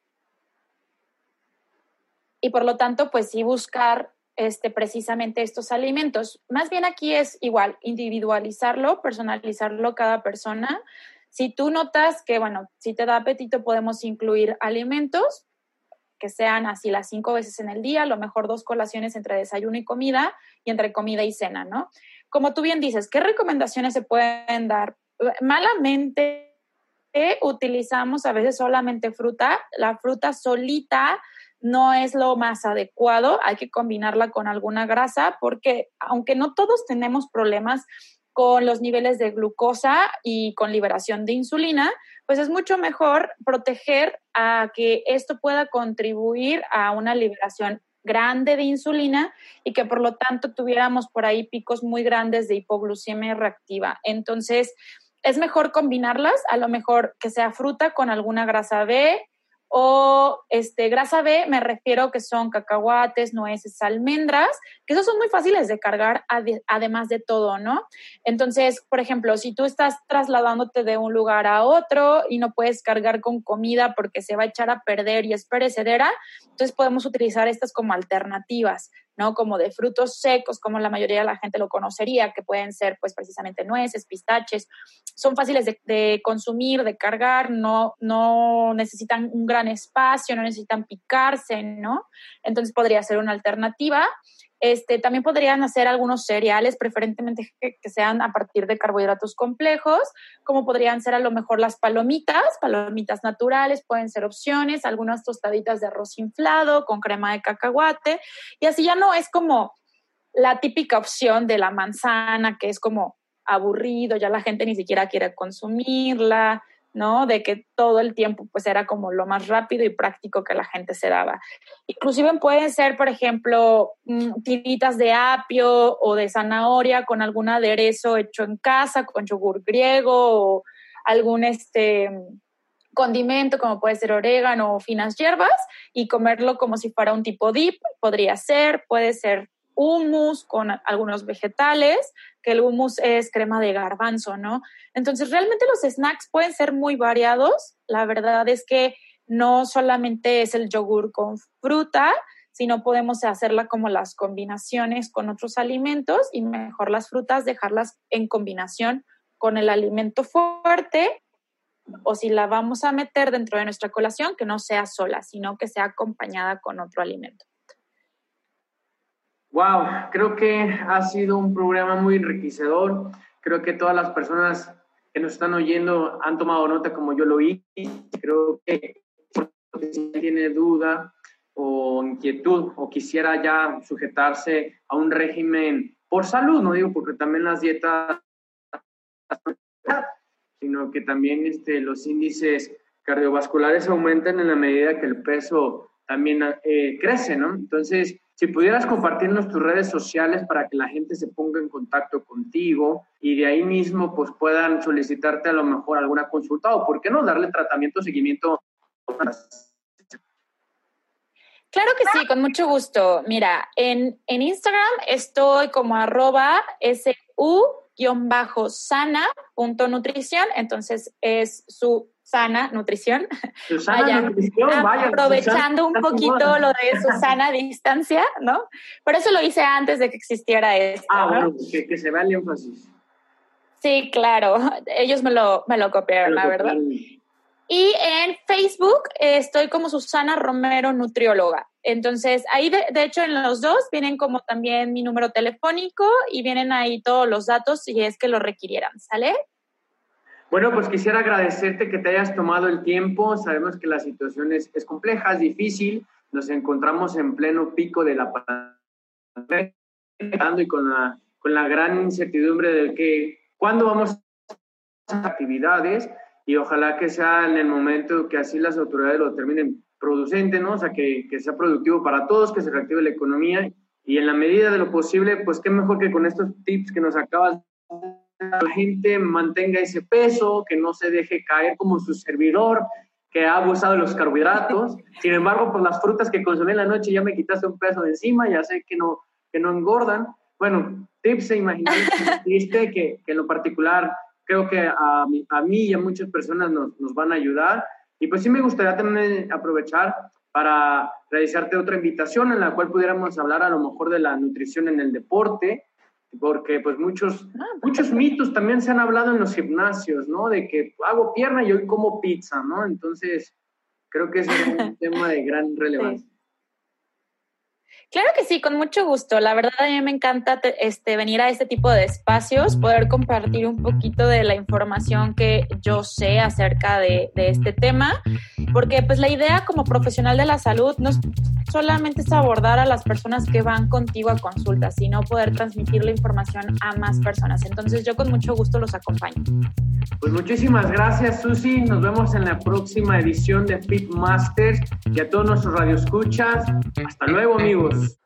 y por lo tanto, pues sí buscar precisamente estos alimentos. Más bien aquí es igual, individualizarlo, personalizarlo cada persona. Si tú notas que, bueno, si te da apetito, podemos incluir alimentos que sean así las 5 veces en el día, a lo mejor 2 colaciones entre desayuno y comida y entre comida y cena, ¿no? Como tú bien dices, ¿qué recomendaciones se pueden dar? Malamente utilizamos a veces solamente fruta. La fruta solita no es lo más adecuado, hay que combinarla con alguna grasa porque aunque no todos tenemos problemas con los niveles de glucosa y con liberación de insulina, pues es mucho mejor proteger a que esto pueda contribuir a una liberación grande de insulina y que por lo tanto tuviéramos por ahí picos muy grandes de hipoglucemia reactiva. Entonces, es mejor combinarlas, a lo mejor que sea fruta con alguna grasa B, o grasa B me refiero que son cacahuates, nueces, almendras, que esos son muy fáciles de cargar además de todo, ¿no? Entonces, por ejemplo, si tú estás trasladándote de un lugar a otro y no puedes cargar con comida porque se va a echar a perder y es perecedera, entonces podemos utilizar estas como alternativas, ¿no? Como de frutos secos, como la mayoría de la gente lo conocería, que pueden ser pues precisamente nueces, pistaches. Son fáciles de consumir, de cargar, no necesitan un gran espacio, no necesitan picarse, ¿no? Entonces podría ser una alternativa. También podrían hacer algunos cereales, preferentemente que sean a partir de carbohidratos complejos, como podrían ser a lo mejor las palomitas naturales, pueden ser opciones, algunas tostaditas de arroz inflado con crema de cacahuate, y así ya no es como la típica opción de la manzana, que es como aburrido, ya la gente ni siquiera quiere consumirla, ¿no? De que todo el tiempo pues era como lo más rápido y práctico que la gente se daba. Inclusive pueden ser, por ejemplo, tiritas de apio o de zanahoria con algún aderezo hecho en casa, con yogur griego o algún condimento como puede ser orégano o finas hierbas y comerlo como si fuera un tipo dip, puede ser hummus con algunos vegetales, que el hummus es crema de garbanzo, ¿no? Entonces, realmente los snacks pueden ser muy variados. La verdad es que no solamente es el yogur con fruta, sino podemos hacerla como las combinaciones con otros alimentos y mejor las frutas dejarlas en combinación con el alimento fuerte, o si la vamos a meter dentro de nuestra colación, que no sea sola, sino que sea acompañada con otro alimento. Wow, creo que ha sido un programa muy enriquecedor. Creo que todas las personas que nos están oyendo han tomado nota como yo lo hice. Creo que si tiene duda o inquietud o quisiera ya sujetarse a un régimen por salud, no digo porque también las dietas, sino que también los índices cardiovasculares aumentan en la medida que el peso también crece, ¿no? Entonces, si pudieras compartirnos tus redes sociales para que la gente se ponga en contacto contigo y de ahí mismo pues puedan solicitarte a lo mejor alguna consulta o, ¿por qué no, darle tratamiento, seguimiento? Claro que sí, con mucho gusto. Mira, en Instagram estoy como @su_sana.nutrición, entonces es su Sana Nutrición. Susana Nutrición, vaya. Aprovechando Susana, un poquito lo de Susana Distancia, ¿no? Por eso lo hice antes de que existiera esto. Ah, ¿no? bueno, que se vea el énfasis. Sí, claro. Ellos me lo copiaron, la verdad. Y en Facebook estoy como Susana Romero Nutrióloga. Entonces, ahí de hecho en los dos vienen como también mi número telefónico y vienen ahí todos los datos si es que lo requirieran, ¿sale? Bueno, pues quisiera agradecerte que te hayas tomado el tiempo. Sabemos que la situación es compleja, es difícil. Nos encontramos en pleno pico de la pandemia y con la gran incertidumbre de que cuándo vamos a hacer actividades, y ojalá que sea en el momento que así las autoridades lo terminen producente, ¿no? O sea, que sea productivo para todos, que se reactive la economía y en la medida de lo posible, pues qué mejor que con estos tips que nos acabas de dar, la gente mantenga ese peso, que no se deje caer como su servidor, que ha abusado de los carbohidratos. Sin embargo, por las frutas que consumí en la noche ya me quitaste un peso de encima, ya sé que no engordan. Bueno, tips e imaginación que en lo particular creo que a mí y a muchas personas nos van a ayudar. Y pues sí me gustaría también aprovechar para realizarte otra invitación en la cual pudiéramos hablar a lo mejor de la nutrición en el deporte, porque pues muchos mitos también se han hablado en los gimnasios, ¿no? De que hago pierna y hoy como pizza, ¿no? Entonces creo que es un tema de gran relevancia. Sí. Claro que sí, con mucho gusto. La verdad a mí me encanta venir a este tipo de espacios, poder compartir un poquito de la información que yo sé acerca de este tema, porque pues la idea como profesional de la salud no solamente es abordar a las personas que van contigo a consulta, sino poder transmitir la información a más personas. Entonces yo con mucho gusto los acompaño. Pues muchísimas gracias, Susi. Nos vemos en la próxima edición de Fit Masters y a todos nuestros radioescuchas. Hasta luego, amigos.